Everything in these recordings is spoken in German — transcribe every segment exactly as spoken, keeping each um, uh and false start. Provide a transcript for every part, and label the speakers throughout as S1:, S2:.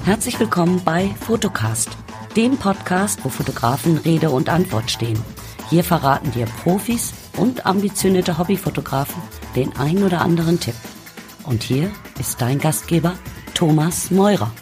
S1: Herzlich willkommen bei Fotocast, dem Podcast, wo Fotografen Rede und Antwort stehen. Hier verraten dir Profis und ambitionierte Hobbyfotografen den ein oder anderen Tipp. Und hier ist dein Gastgeber Thomas Meurer.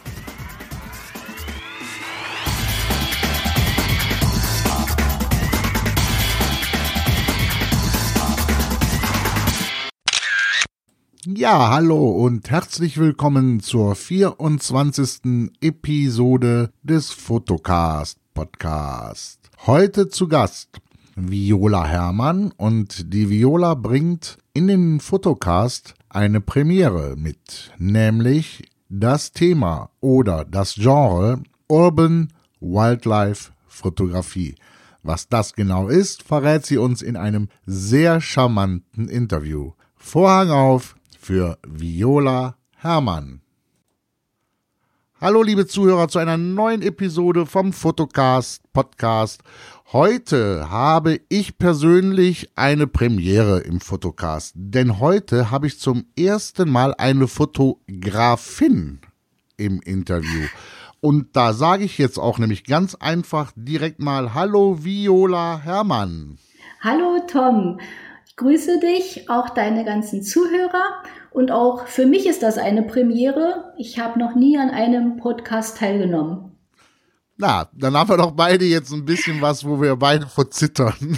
S2: Ja, hallo und herzlich willkommen zur vierundzwanzigsten Episode des Fotocast Podcast. Heute zu Gast Viola Herrmann, und die Viola bringt in den Fotocast eine Premiere mit, nämlich das Thema oder das Genre Urban Wildlife Fotografie. Was das genau ist, verrät sie uns in einem sehr charmanten Interview. Vorhang auf für Viola Herrmann. Hallo liebe Zuhörer zu einer neuen Episode vom Fotocast Podcast. Heute habe ich persönlich eine Premiere im Fotocast, denn heute habe ich zum ersten Mal eine Fotografin im Interview. Und da sage ich jetzt auch nämlich ganz einfach direkt mal Hallo Viola Herrmann.
S3: Hallo Tom. Ich grüße dich, auch deine ganzen Zuhörer, und auch für mich ist das eine Premiere. Ich habe noch nie an einem Podcast teilgenommen.
S2: Na, dann haben wir doch beide jetzt ein bisschen was, wo wir beide vor zittern.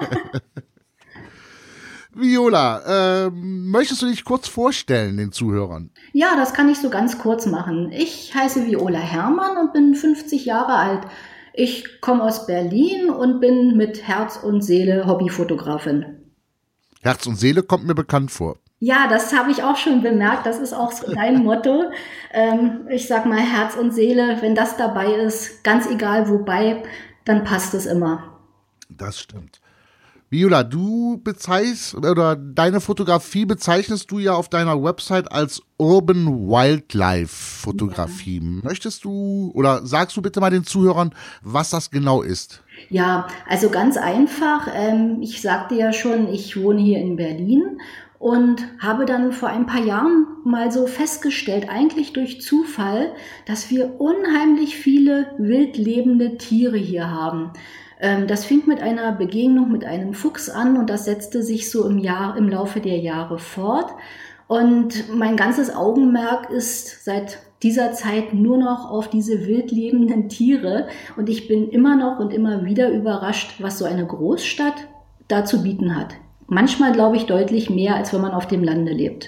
S2: Viola, äh, möchtest du dich kurz vorstellen den Zuhörern?
S3: Ja, das kann ich so ganz kurz machen. Ich heiße Viola Herrmann und bin fünfzig Jahre alt. Ich komme aus Berlin und bin mit Herz und Seele Hobbyfotografin.
S2: Herz und Seele kommt mir bekannt vor.
S3: Ja, das habe ich auch schon bemerkt. Das ist auch so dein Motto. Ähm, ich sag mal Herz und Seele, wenn das dabei ist, ganz egal wobei, dann passt es immer. Das
S2: stimmt. Viola, du bezeichnest, oder deine Fotografie bezeichnest du ja auf deiner Website als Urban Wildlife Fotografie. Ja. Möchtest du, oder sagst du bitte mal den Zuhörern, was das genau ist?
S3: Ja, also ganz einfach. Ähm, ich sagte ja schon, ich wohne hier in Berlin und habe dann vor ein paar Jahren mal so festgestellt, eigentlich durch Zufall, dass wir unheimlich viele wild lebende Tiere hier haben. Das fing mit einer Begegnung mit einem Fuchs an und das setzte sich so im Jahr, im Laufe der Jahre fort. Und mein ganzes Augenmerk ist seit dieser Zeit nur noch auf diese wild lebenden Tiere. Und ich bin immer noch und immer wieder überrascht, was so eine Großstadt da zu bieten hat. Manchmal glaube ich deutlich mehr, als wenn man auf dem Lande lebt.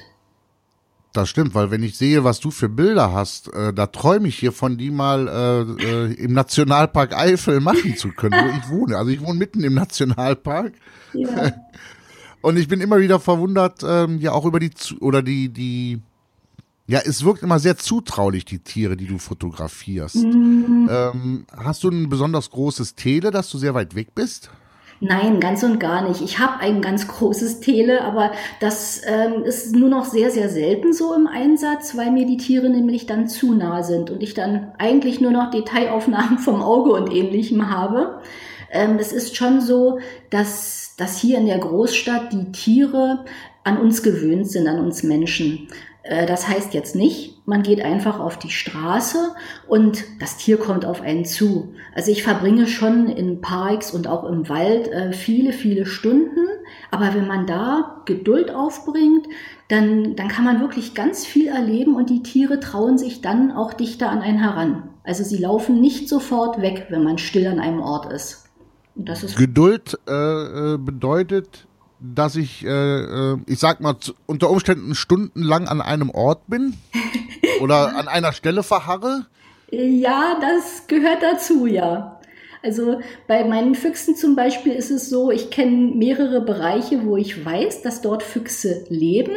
S2: Das stimmt, weil wenn ich sehe, was du für Bilder hast, äh, da träume ich hier von die mal äh, äh, im Nationalpark Eifel machen zu können, wo ich wohne. Also ich wohne mitten im Nationalpark. Ja. Und ich bin immer wieder verwundert, ähm, ja auch über die, oder die, die, ja, es wirkt immer sehr zutraulich, die Tiere, die du fotografierst. Mhm. Ähm, hast du ein besonders großes Tele, dass du sehr weit weg bist?
S3: Nein, ganz und gar nicht. Ich habe ein ganz großes Tele, aber das ähm, ist nur noch sehr, sehr selten so im Einsatz, weil mir die Tiere nämlich dann zu nah sind und ich dann eigentlich nur noch Detailaufnahmen vom Auge und Ähnlichem habe. Ähm, das ist schon so, dass, dass hier in der Großstadt die Tiere an uns gewöhnt sind, an uns Menschen. Äh, das heißt jetzt nicht, man geht einfach auf die Straße und das Tier kommt auf einen zu. Also ich verbringe schon in Parks und auch im Wald äh, viele, viele Stunden. Aber wenn man da Geduld aufbringt, dann, dann kann man wirklich ganz viel erleben und die Tiere trauen sich dann auch dichter an einen heran. Also sie laufen nicht sofort weg, wenn man still an einem Ort ist. Und das ist
S2: Geduld äh, bedeutet, dass ich, äh, ich sag mal, unter Umständen stundenlang an einem Ort bin oder an einer Stelle verharre?
S3: Ja, das gehört dazu, ja. Also bei meinen Füchsen zum Beispiel ist es so, ich kenne mehrere Bereiche, wo ich weiß, dass dort Füchse leben.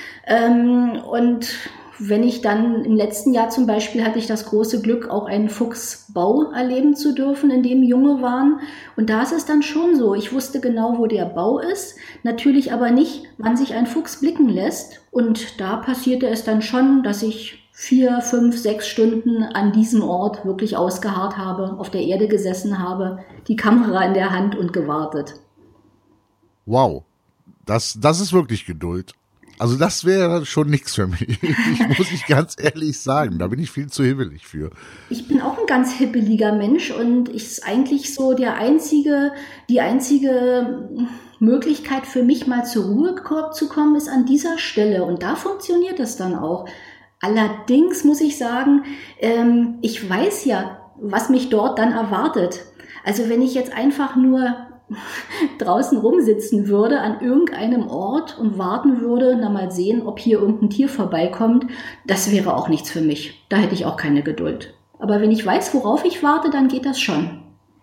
S3: Ähm, und wenn ich dann im letzten Jahr zum Beispiel hatte ich das große Glück, auch einen Fuchsbau erleben zu dürfen, in dem Junge waren. Und da ist es dann schon so, ich wusste genau, wo der Bau ist, natürlich aber nicht, wann sich ein Fuchs blicken lässt. Und da passierte es dann schon, dass ich vier, fünf, sechs Stunden an diesem Ort wirklich ausgeharrt habe, auf der Erde gesessen habe, die Kamera in der Hand und gewartet.
S2: Wow, das, das ist wirklich Geduld. Also das wäre schon nichts für mich. Ich muss ich ganz ehrlich sagen, da bin ich viel zu hibbelig für.
S3: Ich bin auch ein ganz hibbeliger Mensch und ich ist eigentlich so der einzige, die einzige Möglichkeit für mich mal zur Ruhe zu kommen, ist an dieser Stelle und da funktioniert es dann auch. Allerdings muss ich sagen, ähm, ich weiß ja, was mich dort dann erwartet. Also wenn ich jetzt einfach nur draußen rumsitzen würde an irgendeinem Ort und warten würde, na mal sehen, ob hier irgendein Tier vorbeikommt, das wäre auch nichts für mich. Da hätte ich auch keine Geduld. Aber wenn ich weiß, worauf ich warte, dann geht das schon.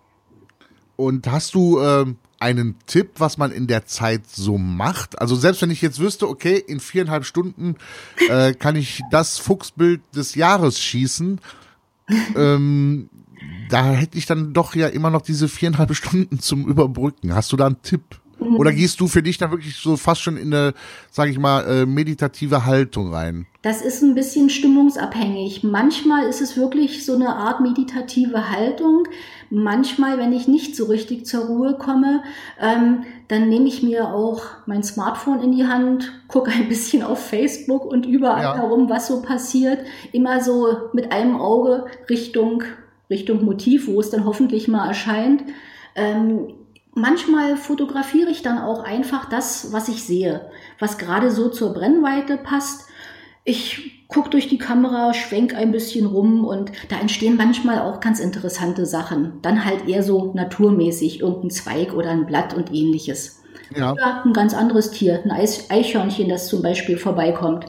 S2: Und hast du ähm, einen Tipp, was man in der Zeit so macht? Also selbst wenn ich jetzt wüsste, okay, in viereinhalb Stunden äh, kann ich das Fuchsbild des Jahres schießen, ähm, da hätte ich dann doch ja immer noch diese viereinhalb Stunden zum Überbrücken. Hast du da einen Tipp? Oder gehst du für dich dann wirklich so fast schon in eine, sage ich mal, äh, meditative Haltung rein?
S3: Das ist ein bisschen stimmungsabhängig. Manchmal ist es wirklich so eine Art meditative Haltung. Manchmal, wenn ich nicht so richtig zur Ruhe komme, ähm, dann nehme ich mir auch mein Smartphone in die Hand, gucke ein bisschen auf Facebook und überall ja. herum, was so passiert. Immer so mit einem Auge Richtung Richtung Motiv, wo es dann hoffentlich mal erscheint. Ähm, manchmal fotografiere ich dann auch einfach das, was ich sehe, was gerade so zur Brennweite passt. Ich gucke durch die Kamera, schwenk ein bisschen rum und da entstehen manchmal auch ganz interessante Sachen. Dann halt eher so naturmäßig, irgendein Zweig oder ein Blatt und ähnliches. Ja. Oder ein ganz anderes Tier, ein Eichhörnchen, das zum Beispiel vorbeikommt.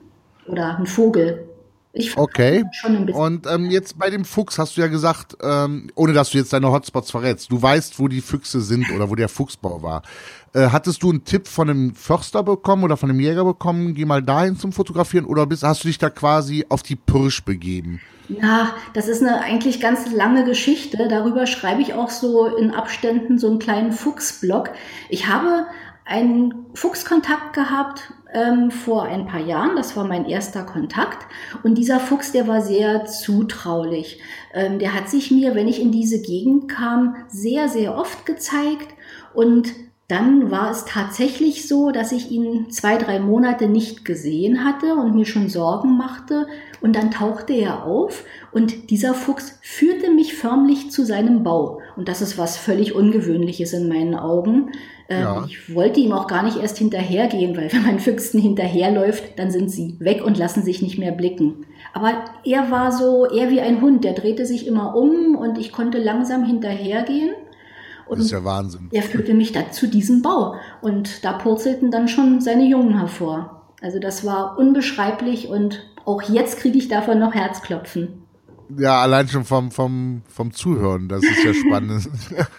S3: Oder ein Vogel. Ich
S2: okay, schon ein bisschen. Und ähm, jetzt bei dem Fuchs hast du ja gesagt, ähm, ohne dass du jetzt deine Hotspots verrätst, du weißt, wo die Füchse sind oder wo der Fuchsbau war. Äh, hattest du einen Tipp von einem Förster bekommen oder von einem Jäger bekommen, geh mal dahin zum Fotografieren oder bist, hast du dich da quasi auf die Pirsch begeben?
S3: Ja, das ist eine eigentlich ganz lange Geschichte. Darüber schreibe ich auch so in Abständen so einen kleinen Fuchsblog. Ich habe einen Fuchskontakt gehabt ähm, vor ein paar Jahren. Das war mein erster Kontakt. Und dieser Fuchs, der war sehr zutraulich. Ähm, der hat sich mir, wenn ich in diese Gegend kam, sehr, sehr oft gezeigt. Und dann war es tatsächlich so, dass ich ihn zwei, drei Monate nicht gesehen hatte und mir schon Sorgen machte. Und dann tauchte er auf und dieser Fuchs führte mich förmlich zu seinem Bau. Und das ist was völlig Ungewöhnliches in meinen Augen. Ja. Ich wollte ihm auch gar nicht erst hinterhergehen, weil wenn man Füchsen hinterherläuft, dann sind sie weg und lassen sich nicht mehr blicken. Aber er war so eher wie ein Hund, der drehte sich immer um und ich konnte langsam hinterhergehen. Und
S2: das ist ja Wahnsinn.
S3: Er führte mich da zu diesem Bau und da purzelten dann schon seine Jungen hervor. Also das war unbeschreiblich und auch jetzt kriege ich davon noch Herzklopfen.
S2: Ja, allein schon vom, vom, vom Zuhören, das ist ja spannend.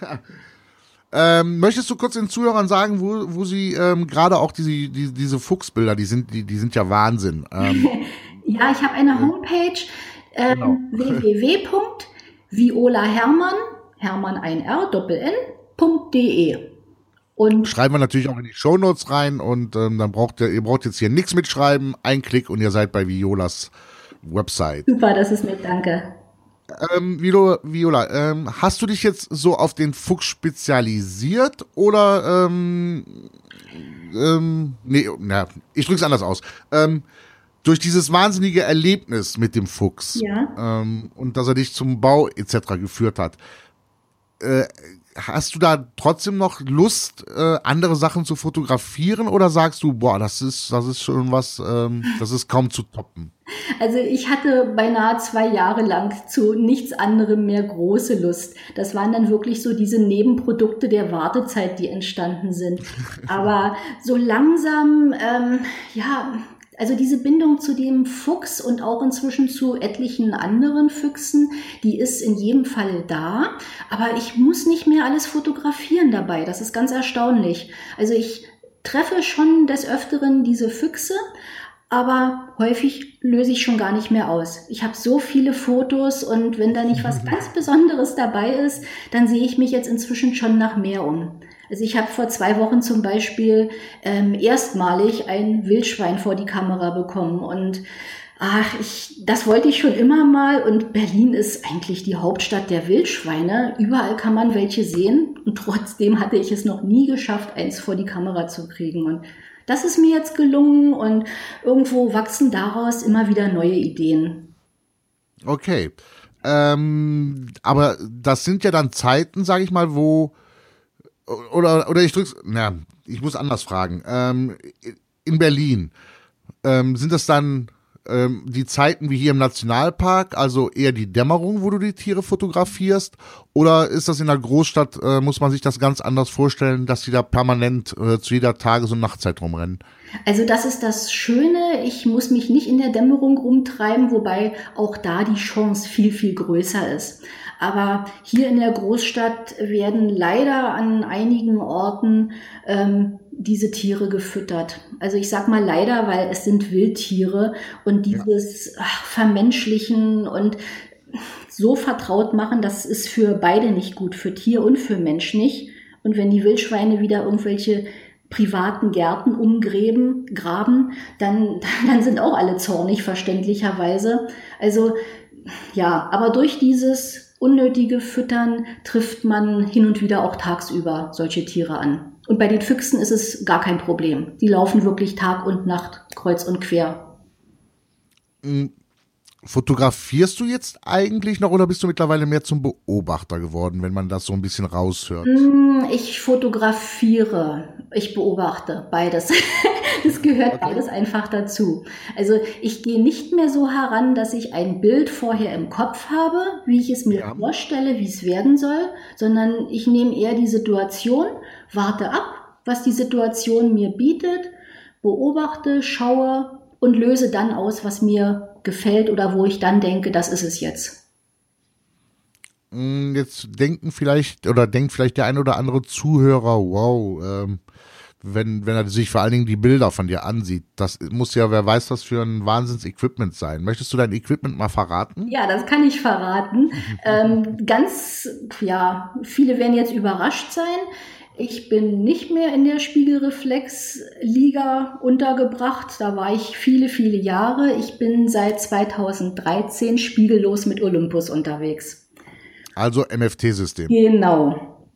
S2: ähm, möchtest du kurz den Zuhörern sagen, wo, wo sie ähm, gerade auch diese, die, diese Fuchsbilder, die sind, die, die sind ja Wahnsinn. Ähm,
S3: ja, ich habe eine Homepage, ähm, genau. w w w punkt viola hermann Hermann ein R, Doppel-N, .de. Und
S2: schreiben wir natürlich auch in die Shownotes rein und ähm, dann braucht ihr, ihr braucht jetzt hier nichts mitschreiben, ein Klick und ihr seid bei Violas Website.
S3: Super, das ist nett, danke.
S2: Ähm, Viola, Viola ähm, hast du dich jetzt so auf den Fuchs spezialisiert oder ähm, ähm, nee, na, ich drück's anders aus. Ähm, durch dieses wahnsinnige Erlebnis mit dem Fuchs
S3: ja.
S2: ähm, und dass er dich zum Bau et cetera geführt hat, Äh, hast du da trotzdem noch Lust, äh, andere Sachen zu fotografieren oder sagst du, boah, das ist, das ist schon was, ähm, das ist kaum zu toppen?
S3: Also ich hatte beinahe zwei Jahre lang zu nichts anderem mehr große Lust. Das waren dann wirklich so diese Nebenprodukte der Wartezeit, die entstanden sind. Aber so langsam, ähm, ja... Also diese Bindung zu dem Fuchs und auch inzwischen zu etlichen anderen Füchsen, die ist in jedem Fall da. Aber ich muss nicht mehr alles fotografieren dabei. Das ist ganz erstaunlich. Also ich treffe schon des Öfteren diese Füchse, aber häufig löse ich schon gar nicht mehr aus. Ich habe so viele Fotos und wenn da nicht was ganz Besonderes dabei ist, dann sehe ich mich jetzt inzwischen schon nach mehr um. Also ich habe vor zwei Wochen zum Beispiel ähm, erstmalig ein Wildschwein vor die Kamera bekommen und ach, ich, das wollte ich schon immer mal und Berlin ist eigentlich die Hauptstadt der Wildschweine. Überall kann man welche sehen und trotzdem hatte ich es noch nie geschafft, eins vor die Kamera zu kriegen und das ist mir jetzt gelungen und irgendwo wachsen daraus immer wieder neue Ideen.
S2: Okay. Ähm, aber das sind ja dann Zeiten, sage ich mal, wo oder oder ich drück's, na, ich muss anders fragen. Ähm, in Berlin ähm, sind das dann ähm, die Zeiten wie hier im Nationalpark, also eher die Dämmerung, wo du die Tiere fotografierst, oder ist das in der Großstadt, äh, muss man sich das ganz anders vorstellen, dass die da permanent äh, zu jeder Tages- und Nachtzeit rumrennen?
S3: Also das ist das Schöne, ich muss mich nicht in der Dämmerung rumtreiben, wobei auch da die Chance viel, viel größer ist. Aber hier in der Großstadt werden leider an einigen Orten ähm, diese Tiere gefüttert. Also ich sag mal leider, weil es sind Wildtiere und dieses ach, Vermenschlichen und so vertraut machen, das ist für beide nicht gut, für Tier und für Mensch nicht. Und wenn die Wildschweine wieder irgendwelche privaten Gärten umgräben, graben, dann, dann sind auch alle zornig, verständlicherweise. Also ja, aber durch dieses unnötige Füttern trifft man hin und wieder auch tagsüber solche Tiere an. Und bei den Füchsen ist es gar kein Problem. Die laufen wirklich Tag und Nacht kreuz und quer.
S2: Fotografierst du jetzt eigentlich noch oder bist du mittlerweile mehr zum Beobachter geworden, wenn man das so ein bisschen raushört?
S3: Ich fotografiere, ich beobachte beides. Das gehört okay. beides einfach dazu. Also ich gehe nicht mehr so heran, dass ich ein Bild vorher im Kopf habe, wie ich es mir ja. vorstelle, wie es werden soll, sondern ich nehme eher die Situation, warte ab, was die Situation mir bietet, beobachte, schaue und löse dann aus, was mir gefällt oder wo ich dann denke, das ist es jetzt.
S2: Jetzt denken vielleicht oder denkt vielleicht der ein oder andere Zuhörer, wow, ähm, wenn, wenn er sich vor allen Dingen die Bilder von dir ansieht, das muss ja, wer weiß, was für ein Wahnsinns-Equipment sein. Möchtest du dein Equipment mal verraten?
S3: Ja, das kann ich verraten. ähm, ganz, ja, viele werden jetzt überrascht sein. Ich bin nicht mehr in der Spiegelreflex-Liga untergebracht. Da war ich viele, viele Jahre. Ich bin seit zweitausenddreizehn spiegellos mit Olympus unterwegs.
S2: Also M F T-System.
S3: Genau.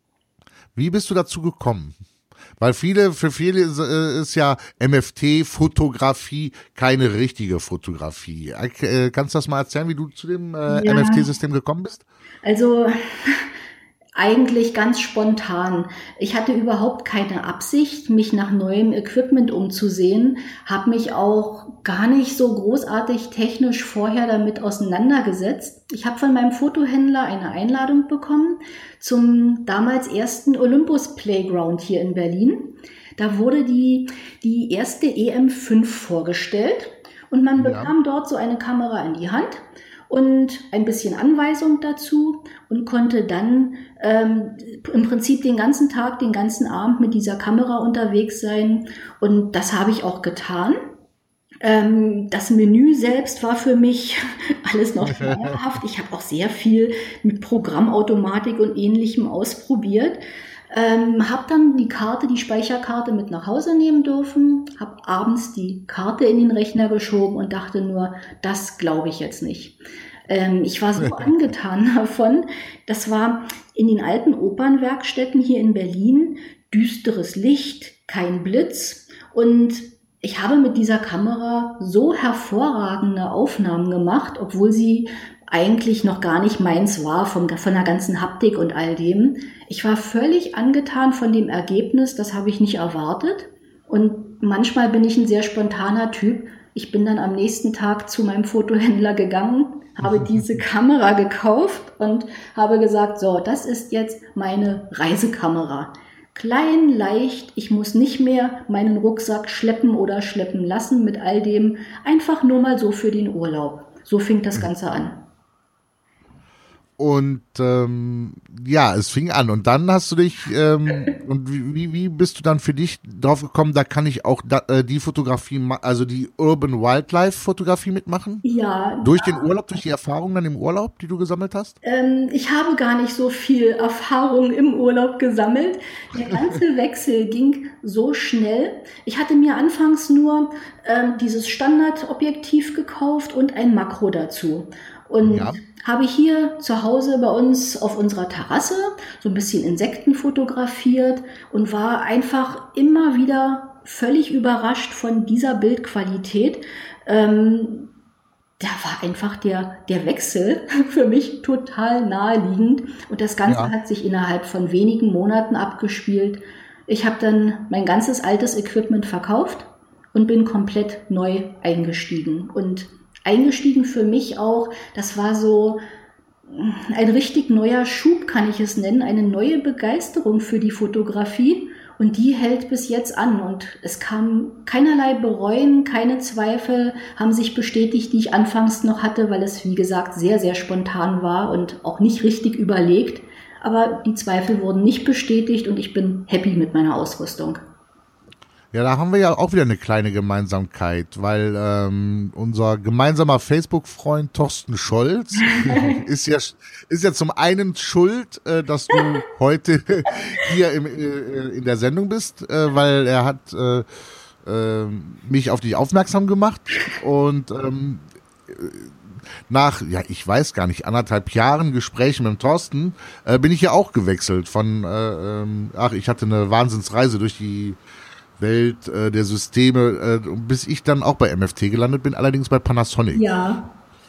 S2: Wie bist du dazu gekommen? Weil viele, für viele ist, ist ja M F T-Fotografie keine richtige Fotografie. Äh, kannst du das mal erzählen, wie du zu dem äh, ja. M F T-System gekommen bist?
S3: Also eigentlich ganz spontan. Ich hatte überhaupt keine Absicht, mich nach neuem Equipment umzusehen, habe mich auch gar nicht so großartig technisch vorher damit auseinandergesetzt. Ich habe von meinem Fotohändler eine Einladung bekommen zum damals ersten Olympus Playground hier in Berlin. Da wurde die, die erste E M fünf vorgestellt und man bekam ja. dort so eine Kamera in die Hand und ein bisschen Anweisung dazu und konnte dann ähm, im Prinzip den ganzen Tag, den ganzen Abend mit dieser Kamera unterwegs sein. Und das habe ich auch getan. Ähm, das Menü selbst war für mich alles noch schleierhaft. Ich habe auch sehr viel mit Programmautomatik und Ähnlichem ausprobiert. Ähm, habe dann die Karte, die Speicherkarte mit nach Hause nehmen dürfen, habe abends die Karte in den Rechner geschoben und dachte nur, das glaube ich jetzt nicht. Ähm, ich war so angetan davon. Das war in den alten Opernwerkstätten hier in Berlin, düsteres Licht, kein Blitz und ich habe mit dieser Kamera so hervorragende Aufnahmen gemacht, obwohl sie eigentlich noch gar nicht meins war, von, von der ganzen Haptik und all dem. Ich war völlig angetan von dem Ergebnis, das habe ich nicht erwartet. Und manchmal bin ich ein sehr spontaner Typ. Ich bin dann am nächsten Tag zu meinem Fotohändler gegangen, habe diese Kamera gekauft und habe gesagt, so, das ist jetzt meine Reisekamera. Klein, leicht, ich muss nicht mehr meinen Rucksack schleppen oder schleppen lassen mit all dem, einfach nur mal so für den Urlaub. So fing das Ganze an.
S2: Und ähm, ja, es fing an und dann hast du dich, ähm, und wie, wie bist du dann für dich drauf gekommen, da kann ich auch da, äh, die Fotografie, also die Urban Wildlife Fotografie mitmachen?
S3: Ja.
S2: Durch den Urlaub, durch die Erfahrungen dann im Urlaub, die du gesammelt hast?
S3: Ähm, ich habe gar nicht so viel Erfahrung im Urlaub gesammelt. Der ganze Wechsel ging so schnell. Ich hatte mir anfangs nur ähm, dieses Standardobjektiv gekauft und ein Makro dazu. Und ja. habe ich hier zu Hause bei uns auf unserer Terrasse so ein bisschen Insekten fotografiert und war einfach immer wieder völlig überrascht von dieser Bildqualität. Ähm, da war einfach der, der Wechsel für mich total naheliegend. Und das Ganze ja. hat sich innerhalb von wenigen Monaten abgespielt. Ich habe dann mein ganzes altes Equipment verkauft und bin komplett neu eingestiegen. Und eingestiegen für mich auch, das war so ein richtig neuer Schub, kann ich es nennen, eine neue Begeisterung für die Fotografie. Und die hält bis jetzt an und es kam keinerlei Bereuen, keine Zweifel haben sich bestätigt, die ich anfangs noch hatte, weil es, wie gesagt, sehr, sehr spontan war und auch nicht richtig überlegt. Aber die Zweifel wurden nicht bestätigt und ich bin happy mit meiner Ausrüstung.
S2: Ja, da haben wir ja auch wieder eine kleine Gemeinsamkeit, weil ähm, unser gemeinsamer Facebook-Freund Thorsten Scholz ist ja ist ja zum einen schuld, äh, dass du heute hier im, äh, in der Sendung bist, äh, weil er hat äh, äh, mich auf dich aufmerksam gemacht und ähm, nach, ja, ich weiß gar nicht, anderthalb Jahren Gesprächen mit dem Thorsten äh, bin ich ja auch gewechselt von, äh, ähm, ach, ich hatte eine Wahnsinnsreise durch die Welt äh, der Systeme, äh, bis ich dann auch bei M F T gelandet bin, allerdings bei Panasonic.
S3: Ja.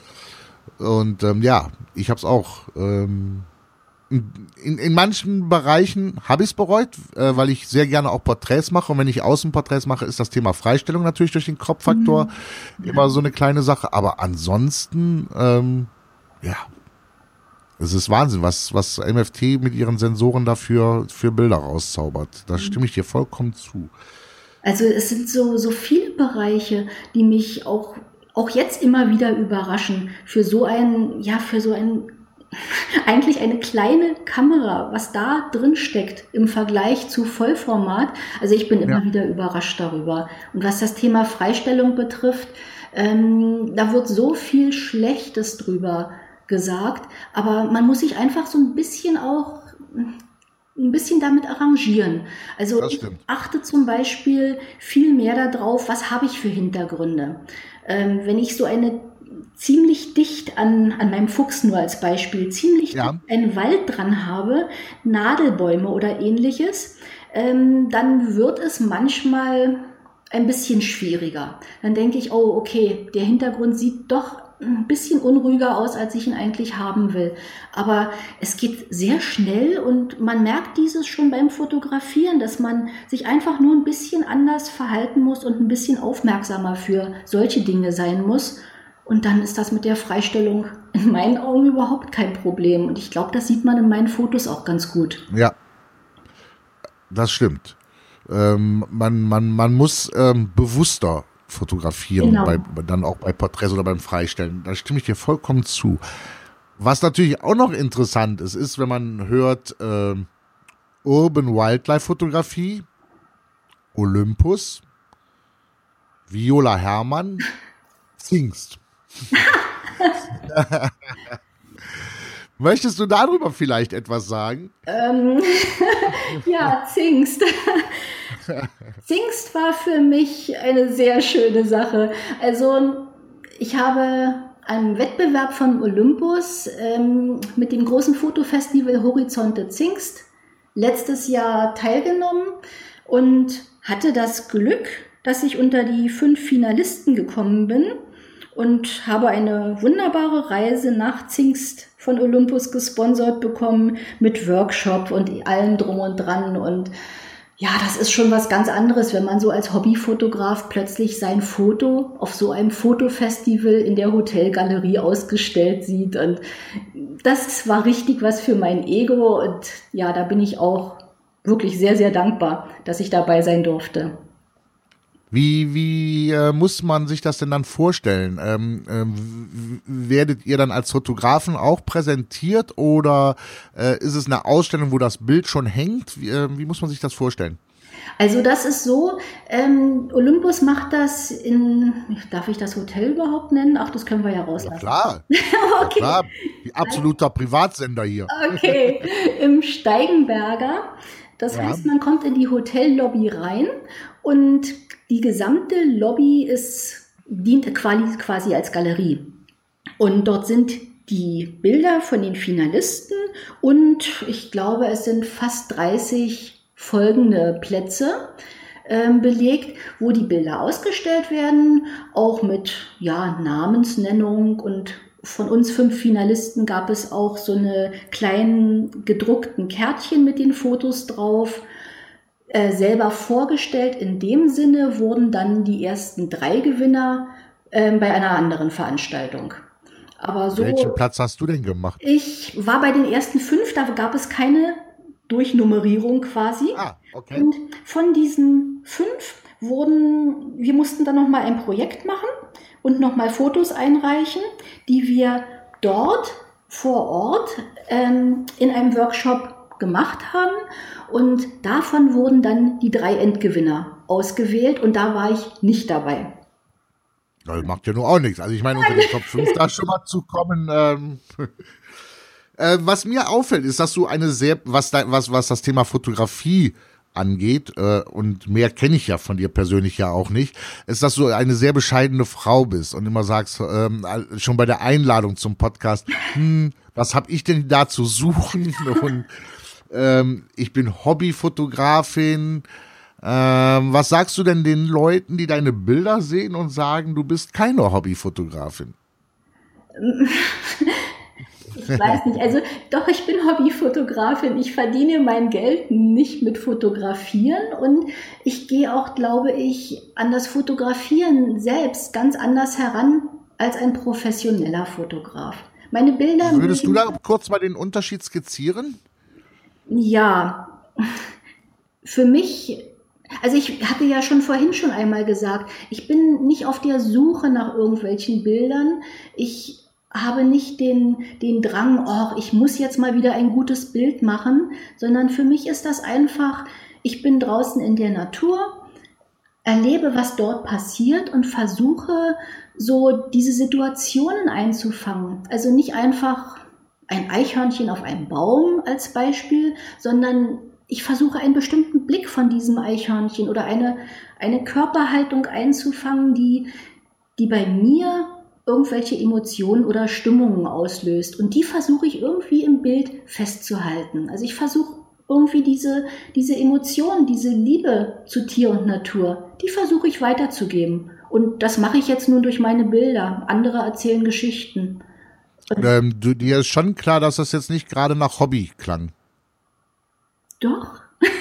S2: Und ähm, ja, ich habe es auch. Ähm, in, in manchen Bereichen habe ich es bereut, äh, weil ich sehr gerne auch Porträts mache. Und wenn ich Außenporträts mache, ist das Thema Freistellung natürlich durch den Crop-Faktor mhm. immer so eine kleine Sache. Aber ansonsten, ähm, ja, es ist Wahnsinn, was, was M F T mit ihren Sensoren dafür für Bilder rauszaubert. Da stimme ich dir vollkommen zu.
S3: Also es sind so, so viele Bereiche, die mich auch, auch jetzt immer wieder überraschen. Für so ein, ja, für so ein, eigentlich eine kleine Kamera, was da drin steckt im Vergleich zu Vollformat. Also ich bin immer ja. wieder überrascht darüber. Und was das Thema Freistellung betrifft, ähm, da wird so viel Schlechtes drüber gesagt, aber man muss sich einfach so ein bisschen auch ein bisschen damit arrangieren. Also ich achte zum Beispiel viel mehr darauf, was habe ich für Hintergründe. Ähm, wenn ich so eine ziemlich dicht an, an meinem Fuchs nur als Beispiel, ziemlich ja. dicht einen Wald dran habe, Nadelbäume oder ähnliches, ähm, dann wird es manchmal ein bisschen schwieriger. Dann denke ich, oh okay, der Hintergrund sieht doch ein bisschen unruhiger aus, als ich ihn eigentlich haben will. Aber es geht sehr schnell und man merkt dieses schon beim Fotografieren, dass man sich einfach nur ein bisschen anders verhalten muss und ein bisschen aufmerksamer für solche Dinge sein muss. Und dann ist das mit der Freistellung in meinen Augen überhaupt kein Problem. Und ich glaube, das sieht man in meinen Fotos auch ganz gut.
S2: Ja, das stimmt. Ähm, man, man, man muss ähm, bewusster fotografieren, genau. bei, dann auch bei Porträts oder beim Freistellen. Da stimme ich dir vollkommen zu. Was natürlich auch noch interessant ist, ist, wenn man hört äh, Urban Wildlife Fotografie, Olympus, Viola Herrmann, Zingst. Möchtest du darüber vielleicht etwas sagen?
S3: Ähm, ja, Zingst. Zingst war für mich eine sehr schöne Sache. Also ich habe am Wettbewerb von Olympus ähm, mit dem großen Fotofestival Horizonte Zingst letztes Jahr teilgenommen und hatte das Glück, dass ich unter die fünf Finalisten gekommen bin und habe eine wunderbare Reise nach Zingst von Olympus gesponsert bekommen mit Workshop und allem drum und dran. Und ja, das ist schon was ganz anderes, wenn man so als Hobbyfotograf plötzlich sein Foto auf so einem Fotofestival in der Hotelgalerie ausgestellt sieht. Und das war richtig was für mein Ego. Und ja, da bin ich auch wirklich sehr, sehr dankbar, dass ich dabei sein durfte.
S2: Wie, wie äh, muss man sich das denn dann vorstellen? Ähm, ähm, werdet ihr dann als Fotografen auch präsentiert oder äh, ist es eine Ausstellung, wo das Bild schon hängt? Wie, äh, wie muss man sich das vorstellen?
S3: Also das ist so, ähm, Olympus macht das in, darf ich das Hotel überhaupt nennen? Ach, das können wir ja rauslassen.
S2: Ja, klar,
S3: okay.
S2: Ja, klar. Die absoluter Privatsender hier.
S3: Okay, im Steigenberger. Das
S2: ja.
S3: heißt, man kommt in die Hotellobby rein und die gesamte Lobby ist, dient quasi als Galerie. Und dort sind die Bilder von den Finalisten und ich glaube, es sind fast dreißig folgende Plätze. ähm, belegt, wo die Bilder ausgestellt werden, auch mit ja, Namensnennung, und von uns fünf Finalisten gab es auch so eine kleinen gedruckten Kärtchen mit den Fotos drauf. Äh, selber vorgestellt in dem Sinne wurden dann die ersten drei Gewinner äh, bei einer anderen Veranstaltung. Aber so,
S2: welchen Platz hast du denn gemacht?
S3: Ich war bei den ersten fünf, da gab es keine Durchnummerierung quasi.
S2: Ah, okay.
S3: Und von diesen fünf wurden, wir mussten dann nochmal ein Projekt machen und nochmal Fotos einreichen, die wir dort vor Ort ähm, in einem Workshop gemacht haben. Und davon wurden dann die drei Endgewinner ausgewählt und da war ich nicht dabei.
S2: Das macht ja nur auch nichts. Also ich meine, unter den Top fünf da schon mal zu kommen. Ähm, äh, was mir auffällt, ist, dass du eine sehr, was, da, was, was das Thema Fotografie angeht, äh, und mehr kenne ich ja von dir persönlich ja auch nicht, ist, dass du eine sehr bescheidene Frau bist und immer sagst, ähm, schon bei der Einladung zum Podcast, hm, was habe ich denn da zu suchen? Und ähm, ich bin Hobbyfotografin. Ähm, was sagst du denn den Leuten, die deine Bilder sehen und sagen, du bist keine Hobbyfotografin?
S3: Ich weiß nicht, also doch, ich bin Hobbyfotografin. Ich verdiene mein Geld nicht mit Fotografieren und ich gehe auch, glaube ich, an das Fotografieren selbst ganz anders heran als ein professioneller Fotograf. Meine Bilder...
S2: Würdest du da kurz mal den Unterschied skizzieren?
S3: Ja, für mich... Also ich hatte ja schon vorhin schon einmal gesagt, ich bin nicht auf der Suche nach irgendwelchen Bildern. Ich habe nicht den, den Drang, oh, ich muss jetzt mal wieder ein gutes Bild machen, sondern für mich ist das einfach, ich bin draußen in der Natur, erlebe, was dort passiert und versuche, so diese Situationen einzufangen. Also nicht einfach ein Eichhörnchen auf einem Baum als Beispiel, sondern ich versuche einen bestimmten Blick von diesem Eichhörnchen oder eine, eine Körperhaltung einzufangen, die, die bei mir irgendwelche Emotionen oder Stimmungen auslöst. Und die versuche ich irgendwie im Bild festzuhalten. Also ich versuche irgendwie diese, diese Emotionen, diese Liebe zu Tier und Natur, die versuche ich weiterzugeben. Und das mache ich jetzt nun durch meine Bilder. Andere erzählen Geschichten.
S2: Ähm, du, dir ist schon klar, dass das jetzt nicht gerade nach Hobby klang.
S3: Doch.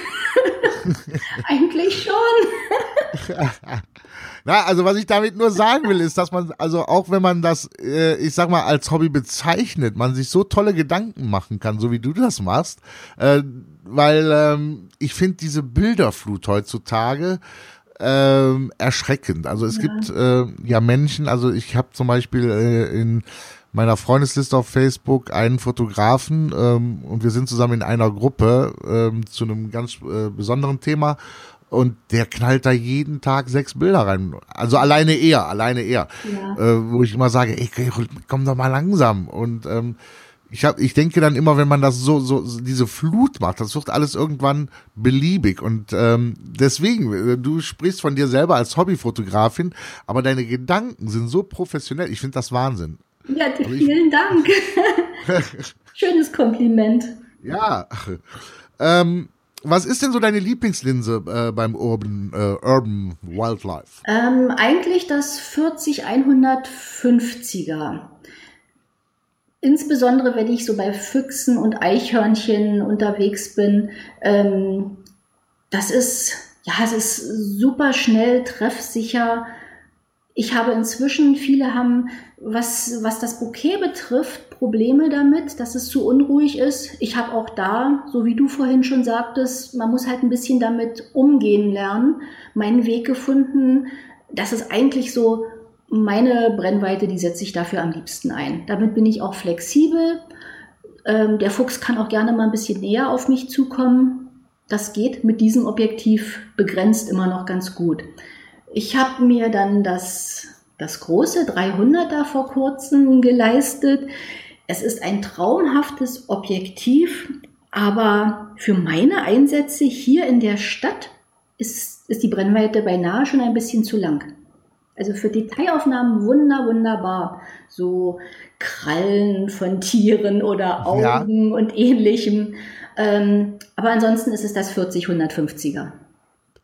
S3: Eigentlich schon.
S2: Na, also was ich damit nur sagen will, ist, dass man, also auch wenn man das, äh, ich sag mal, als Hobby bezeichnet, man sich so tolle Gedanken machen kann, so wie du das machst, äh, weil ähm, ich finde diese Bilderflut heutzutage ähm, erschreckend. Also es ja. gibt äh, ja Menschen, also ich habe zum Beispiel äh, in meiner Freundesliste auf Facebook einen Fotografen ähm, und wir sind zusammen in einer Gruppe ähm, zu einem ganz äh, besonderen Thema und der knallt da jeden Tag sechs Bilder rein. Also alleine er, alleine er. Ja. Äh, wo ich immer sage, ey, komm doch mal langsam. Und ähm, ich hab, ich denke dann immer, wenn man das so, so, diese Flut macht, das wird alles irgendwann beliebig. Und ähm, deswegen, du sprichst von dir selber als Hobbyfotografin, aber deine Gedanken sind so professionell. Ich finde das Wahnsinn.
S3: Ja, also vielen ich, Dank. Schönes Kompliment.
S2: Ja. Ähm, was ist denn so deine Lieblingslinse äh, beim Urban, äh, Urban Wildlife?
S3: Ähm, eigentlich das vierzig hundertfünfziger. Insbesondere, wenn ich so bei Füchsen und Eichhörnchen unterwegs bin. Ähm, das ist, ja, es ist super schnell, treffsicher. Ich habe inzwischen, viele haben, was, was das Bouquet betrifft, Probleme damit, dass es zu unruhig ist. Ich habe auch da, so wie du vorhin schon sagtest, man muss halt ein bisschen damit umgehen lernen, meinen Weg gefunden. Das ist eigentlich so meine Brennweite, die setze ich dafür am liebsten ein. Damit bin ich auch flexibel. Ähm, der Fuchs kann auch gerne mal ein bisschen näher auf mich zukommen. Das geht mit diesem Objektiv begrenzt immer noch ganz gut. Ich habe mir dann das, das große dreihunderter vor kurzem geleistet. Es ist ein traumhaftes Objektiv, aber für meine Einsätze hier in der Stadt ist, ist die Brennweite beinahe schon ein bisschen zu lang. Also für Detailaufnahmen wunder, wunderbar. So Krallen von Tieren oder Augen ja. und ähnlichem. Ähm, aber ansonsten ist es das vierzig hundertfünfziger.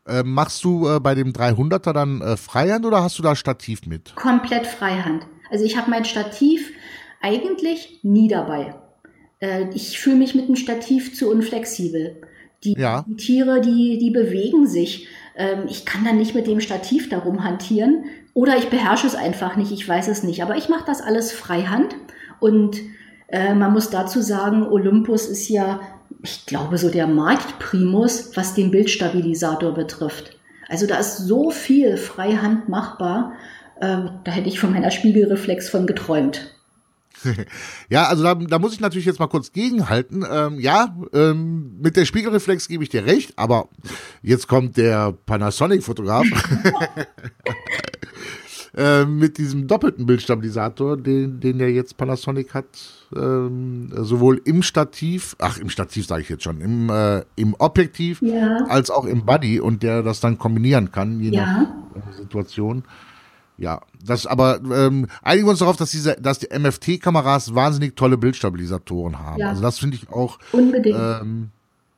S2: Äh, machst du äh, bei dem dreihunderter dann äh, Freihand oder hast du da Stativ mit?
S3: Komplett Freihand. Also ich habe mein Stativ eigentlich nie dabei. Äh, ich fühle mich mit dem Stativ zu unflexibel. Die,
S2: Ja.
S3: die Tiere, die, die bewegen sich. Ähm, ich kann dann nicht mit dem Stativ darum hantieren. Oder ich beherrsche es einfach nicht, ich weiß es nicht. Aber ich mache das alles Freihand. Und äh, man muss dazu sagen, Olympus ist ja, ich glaube, so der Marktprimus, was den Bildstabilisator betrifft. Also da ist so viel Freihand machbar, äh, da hätte ich von meiner Spiegelreflex von geträumt.
S2: Ja, also da, da muss ich natürlich jetzt mal kurz gegenhalten. Ähm, ja, ähm, mit der Spiegelreflex gebe ich dir recht, aber jetzt kommt der Panasonic-Fotograf äh, mit diesem doppelten Bildstabilisator, den, den der jetzt Panasonic hat, ähm, sowohl im Stativ, ach im Stativ sage ich jetzt schon, im, äh, im Objektiv
S3: Ja.
S2: als auch im Body und der das dann kombinieren kann, je
S3: Ja.
S2: nach äh, Situation. Ja, das aber ähm, einigen wir uns darauf, dass diese, dass die M F T-Kameras wahnsinnig tolle Bildstabilisatoren haben.
S3: Ja.
S2: Also das finde ich auch.
S3: Unbedingt.
S2: Ähm,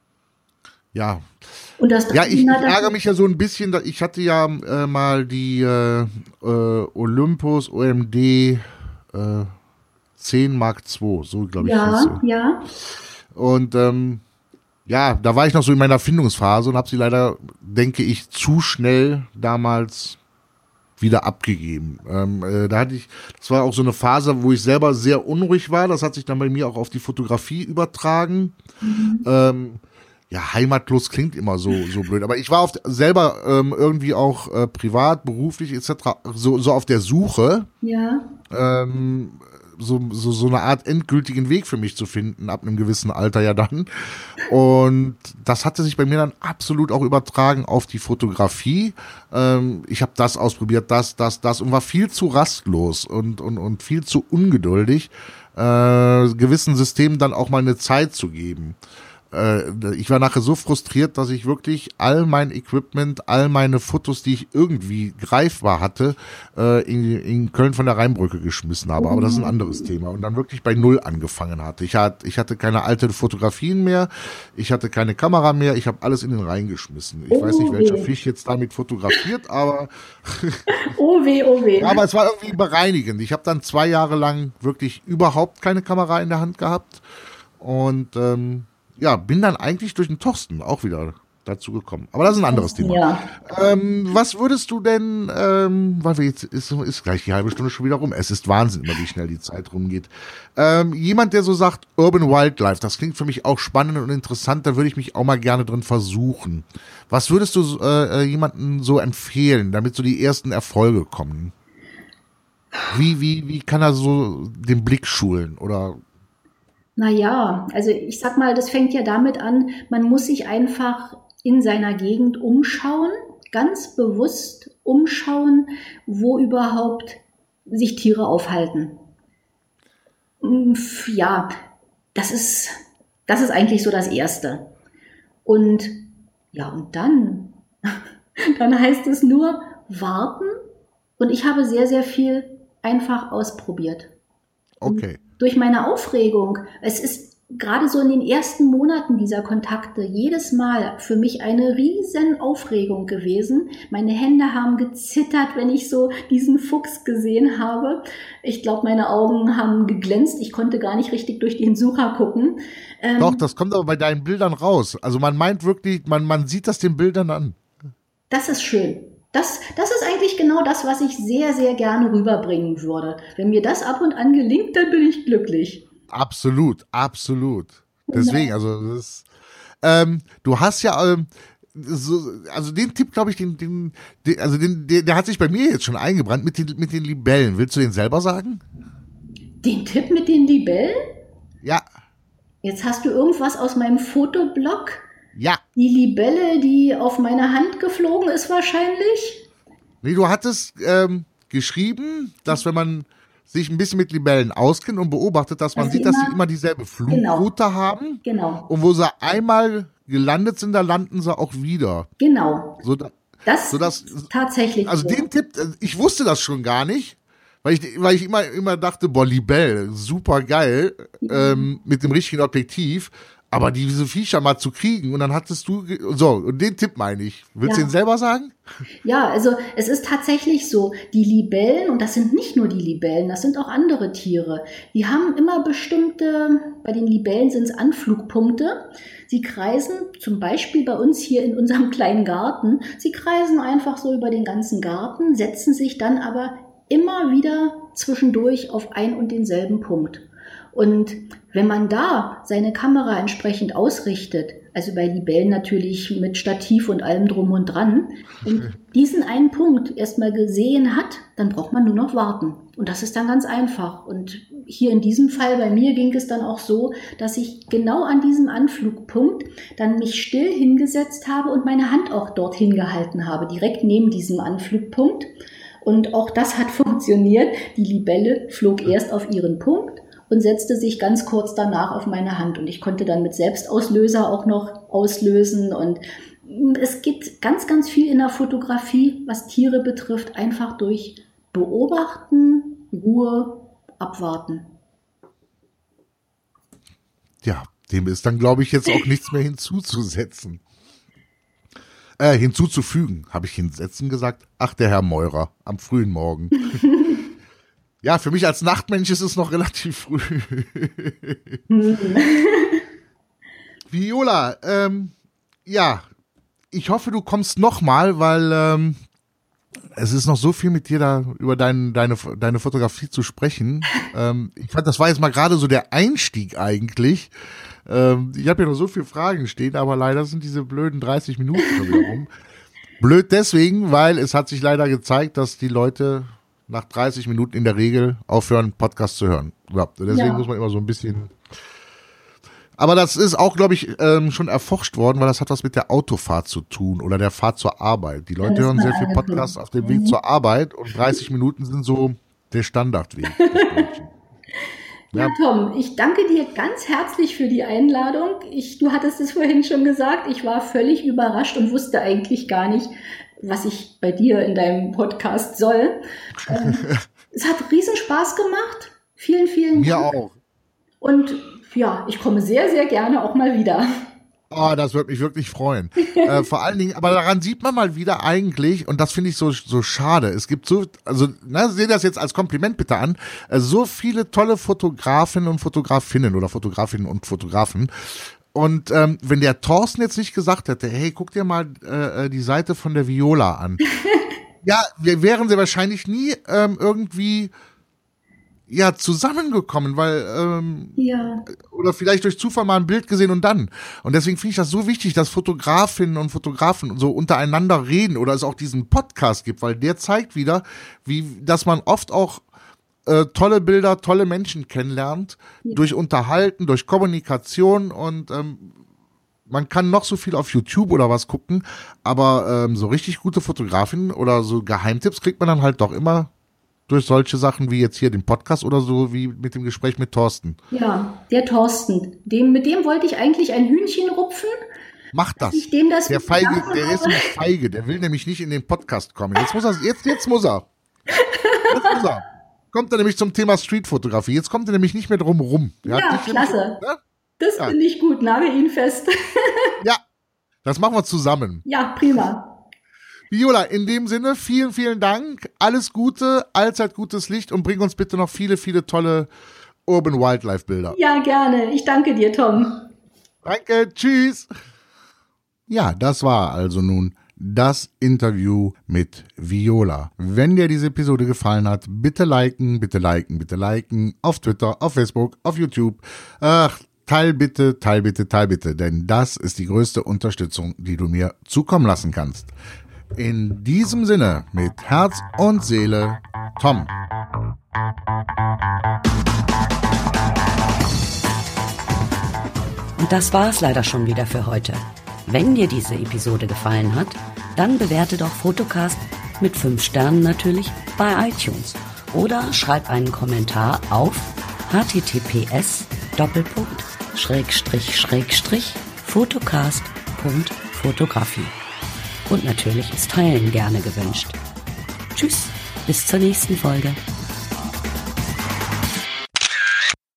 S2: ja,
S3: Und das
S2: ja, ich, ich
S3: das-
S2: ärgere mich ja so ein bisschen. Da, ich hatte ja äh, mal die äh, äh, Olympus O M D äh, zehn Mark zwei, so glaube ich. hieß
S3: Ja,
S2: sie.
S3: ja.
S2: Und ähm, ja, da war ich noch so in meiner Findungsphase und habe sie leider, denke ich, zu schnell damals wieder abgegeben. Ähm, äh, da hatte ich, das war auch so eine Phase, wo ich selber sehr unruhig war. Das hat sich dann bei mir auch auf die Fotografie übertragen. Mhm. Ähm, ja, heimatlos klingt immer so so blöd, aber ich war auf, selber ähm, irgendwie auch äh, privat, beruflich et cetera so so auf der Suche.
S3: Ja.
S2: Ähm, so, so, so eine Art endgültigen Weg für mich zu finden, ab einem gewissen Alter ja dann. Und das hatte sich bei mir dann absolut auch übertragen auf die Fotografie. Ähm, ich habe das ausprobiert, das, das, das und war viel zu rastlos und, und, und viel zu ungeduldig, äh, gewissen Systemen dann auch mal eine Zeit zu geben. Ich war nachher so frustriert, dass ich wirklich all mein Equipment, all meine Fotos, die ich irgendwie greifbar hatte, in, in Köln von der Rheinbrücke geschmissen habe. Aber das ist ein anderes Thema. Und dann wirklich bei Null angefangen hatte. Ich hatte, ich hatte keine alten Fotografien mehr. Ich hatte keine Kamera mehr. Ich habe alles in den Rhein geschmissen. Ich oh, weiß nicht, welcher weh. Fisch jetzt damit fotografiert, aber
S3: oh weh, oh weh.
S2: Aber es war irgendwie bereinigend. Ich habe dann zwei Jahre lang wirklich überhaupt keine Kamera in der Hand gehabt. Und ähm, ja, bin dann eigentlich durch den Thorsten auch wieder dazu gekommen. Aber das ist ein anderes Thema.
S3: Ja.
S2: Ähm, was würdest du denn, ähm, weil wir jetzt, ist, ist gleich die halbe Stunde schon wieder rum. Es ist Wahnsinn immer, wie schnell die Zeit rumgeht. Ähm, jemand, der so sagt, Urban Wildlife, das klingt für mich auch spannend und interessant, da würde ich mich auch mal gerne drin versuchen. Was würdest du äh, jemandem so empfehlen, damit so die ersten Erfolge kommen? Wie, wie, wie kann er so den Blick schulen oder?
S3: Naja, also ich sag mal, das fängt ja damit an, man muss sich einfach in seiner Gegend umschauen, ganz bewusst umschauen, wo überhaupt sich Tiere aufhalten. Ja, das ist, das ist eigentlich so das Erste. Und ja, und dann, dann heißt es nur warten. Und ich habe sehr, sehr viel einfach ausprobiert.
S2: Okay.
S3: Durch meine Aufregung. Es ist gerade so in den ersten Monaten dieser Kontakte jedes Mal für mich eine riesen Aufregung gewesen. Meine Hände haben gezittert, wenn ich so diesen Fuchs gesehen habe. Ich glaube, meine Augen haben geglänzt. Ich konnte gar nicht richtig durch den Sucher gucken.
S2: Ähm, Doch, das kommt aber bei deinen Bildern raus. Also man meint wirklich, man, man sieht das den Bildern an.
S3: Das ist schön. Das, das ist eigentlich genau das, was ich sehr, sehr gerne rüberbringen würde. Wenn mir das ab und an gelingt, dann bin ich glücklich.
S2: Absolut, absolut. Deswegen, also das, ähm, du hast ja, ähm, so, also den Tipp, glaube ich, den, den, den also den, der, der hat sich bei mir jetzt schon eingebrannt mit den, mit den Libellen. Willst du den selber sagen?
S3: Den Tipp mit den Libellen?
S2: Ja.
S3: Jetzt hast du irgendwas aus meinem Fotoblog?
S2: Ja.
S3: Die Libelle, die auf meine Hand geflogen ist wahrscheinlich?
S2: Nee, du hattest ähm, geschrieben, dass wenn man sich ein bisschen mit Libellen auskennt und beobachtet, dass man dass sieht, immer, dass sie immer dieselbe Flugroute
S3: genau.
S2: haben.
S3: Genau.
S2: Und wo sie einmal gelandet sind, da landen sie auch wieder.
S3: Genau.
S2: So, da,
S3: das
S2: so dass,
S3: ist tatsächlich
S2: Also
S3: so.
S2: Den Tipp, ich wusste das schon gar nicht, weil ich, weil ich immer, immer dachte, boah, Libelle, super geil, mhm. ähm, mit dem richtigen Objektiv. Aber diese Viecher mal zu kriegen und dann hattest du, so, und den Tipp meine ich. Willst du
S3: Ja.
S2: ihn selber sagen?
S3: Ja, also es ist tatsächlich so, die Libellen, und das sind nicht nur die Libellen, das sind auch andere Tiere, die haben immer bestimmte, bei den Libellen sind es Anflugpunkte. Sie kreisen zum Beispiel bei uns hier in unserem kleinen Garten, sie kreisen einfach so über den ganzen Garten, setzen sich dann aber immer wieder zwischendurch auf ein und denselben Punkt. Und wenn man da seine Kamera entsprechend ausrichtet, also bei Libellen natürlich mit Stativ und allem drum und dran, und diesen einen Punkt erstmal gesehen hat, dann braucht man nur noch warten. Und das ist dann ganz einfach. Und hier in diesem Fall bei mir ging es dann auch so, dass ich genau an diesem Anflugpunkt dann mich still hingesetzt habe und meine Hand auch dorthin gehalten habe, direkt neben diesem Anflugpunkt. Und auch das hat funktioniert. Die Libelle flog erst auf ihren Punkt und setzte sich ganz kurz danach auf meine Hand. Und ich konnte dann mit Selbstauslöser auch noch auslösen. Und es geht ganz, ganz viel in der Fotografie, was Tiere betrifft, einfach durch Beobachten, Ruhe, Abwarten.
S2: Ja, dem ist dann, glaube ich, jetzt auch nichts mehr hinzuzusetzen. Äh, hinzuzufügen, habe ich hinsetzen gesagt. Ach, der Herr Meurer, am frühen Morgen. Ja, für mich als Nachtmensch ist es noch relativ früh. Viola, ähm, ja, ich hoffe, du kommst nochmal, weil ähm, es ist noch so viel mit dir da über dein, deine, deine Fotografie zu sprechen. ähm, ich fand, das war jetzt mal gerade so der Einstieg eigentlich. Ähm, ich habe ja noch so viele Fragen stehen, aber leider sind diese blöden dreißig Minuten schon wieder rum. Blöd deswegen, weil es hat sich leider gezeigt, dass die Leute nach dreißig Minuten in der Regel aufhören, Podcast zu hören. Ja, deswegen ja. muss man immer so ein bisschen. Aber das ist auch, glaube ich, ähm, schon erforscht worden, weil das hat was mit der Autofahrt zu tun oder der Fahrt zur Arbeit. Die Leute hören sehr viel Podcasts auf dem Weg mhm. zur Arbeit und dreißig Minuten sind so der Standardweg.
S3: Ja, Tom, ich danke dir ganz herzlich für die Einladung. Ich, du hattest es vorhin schon gesagt, ich war völlig überrascht und wusste eigentlich gar nicht, was ich bei dir in deinem Podcast soll. Ähm, es hat riesen Spaß gemacht. Vielen, vielen Dank.
S2: Mir auch.
S3: Und ja, ich komme sehr, sehr gerne auch mal wieder.
S2: Oh, das würde mich wirklich freuen. äh, vor allen Dingen, aber daran sieht man mal wieder eigentlich, und das finde ich so so schade, es gibt so, also na, seht das jetzt als Kompliment bitte an, äh, so viele tolle Fotografinnen und Fotografinnen oder Fotografinnen und Fotografen. Und ähm, wenn der Thorsten jetzt nicht gesagt hätte, hey, guck dir mal äh, die Seite von der Viola an. Ja, wir wären sie wahrscheinlich nie ähm, irgendwie ja zusammengekommen, weil ähm,
S3: ja.
S2: oder vielleicht durch Zufall mal ein Bild gesehen und dann. Und deswegen finde ich das so wichtig, dass Fotografinnen und Fotografen so untereinander reden oder es auch diesen Podcast gibt, weil der zeigt wieder, wie, dass man oft auch äh, tolle Bilder, tolle Menschen kennenlernt, ja. durch Unterhalten, durch Kommunikation und ähm, man kann noch so viel auf YouTube oder was gucken, aber ähm, so richtig gute Fotografinnen oder so Geheimtipps kriegt man dann halt doch immer durch solche Sachen wie jetzt hier den Podcast oder so wie mit dem Gespräch mit Thorsten.
S3: Ja, der Thorsten. Dem, mit dem wollte ich eigentlich ein Hühnchen rupfen.
S2: Mach das.
S3: Ich dem das
S2: der Feige, der ist nämlich feige. Der will nämlich nicht in den Podcast kommen. Jetzt muss er, jetzt, jetzt muss er. Jetzt muss er. Kommt er nämlich zum Thema Streetfotografie. Jetzt kommt er nämlich nicht mehr drum rum.
S3: Ja, ja klasse. Schon, ne? Das ja. finde ich gut. Nagel ihn fest.
S2: Ja, das machen wir zusammen.
S3: Ja, prima.
S2: Viola, in dem Sinne, vielen, vielen Dank. Alles Gute, allzeit gutes Licht und bring uns bitte noch viele, viele tolle Urban Wildlife Bilder.
S3: Ja, gerne. Ich danke dir, Tom.
S2: Danke, tschüss. Ja, das war also nun das Interview mit Viola. Wenn dir diese Episode gefallen hat, bitte liken, bitte liken, bitte liken. Auf Twitter, auf Facebook, auf YouTube. Ach, teil bitte, teil bitte, teil bitte. Denn das ist die größte Unterstützung, die du mir zukommen lassen kannst. In diesem Sinne, mit Herz und Seele, Tom.
S1: Und das war's leider schon wieder für heute. Wenn dir diese Episode gefallen hat, dann bewerte doch Fotocast mit fünf Sternen natürlich bei iTunes oder schreib einen Kommentar auf https Doppelpunkt Schrägstrich Schrägstrich Fotocast Punkt Fotografie. Und natürlich ist Teilen gerne gewünscht. Tschüss, bis zur nächsten Folge.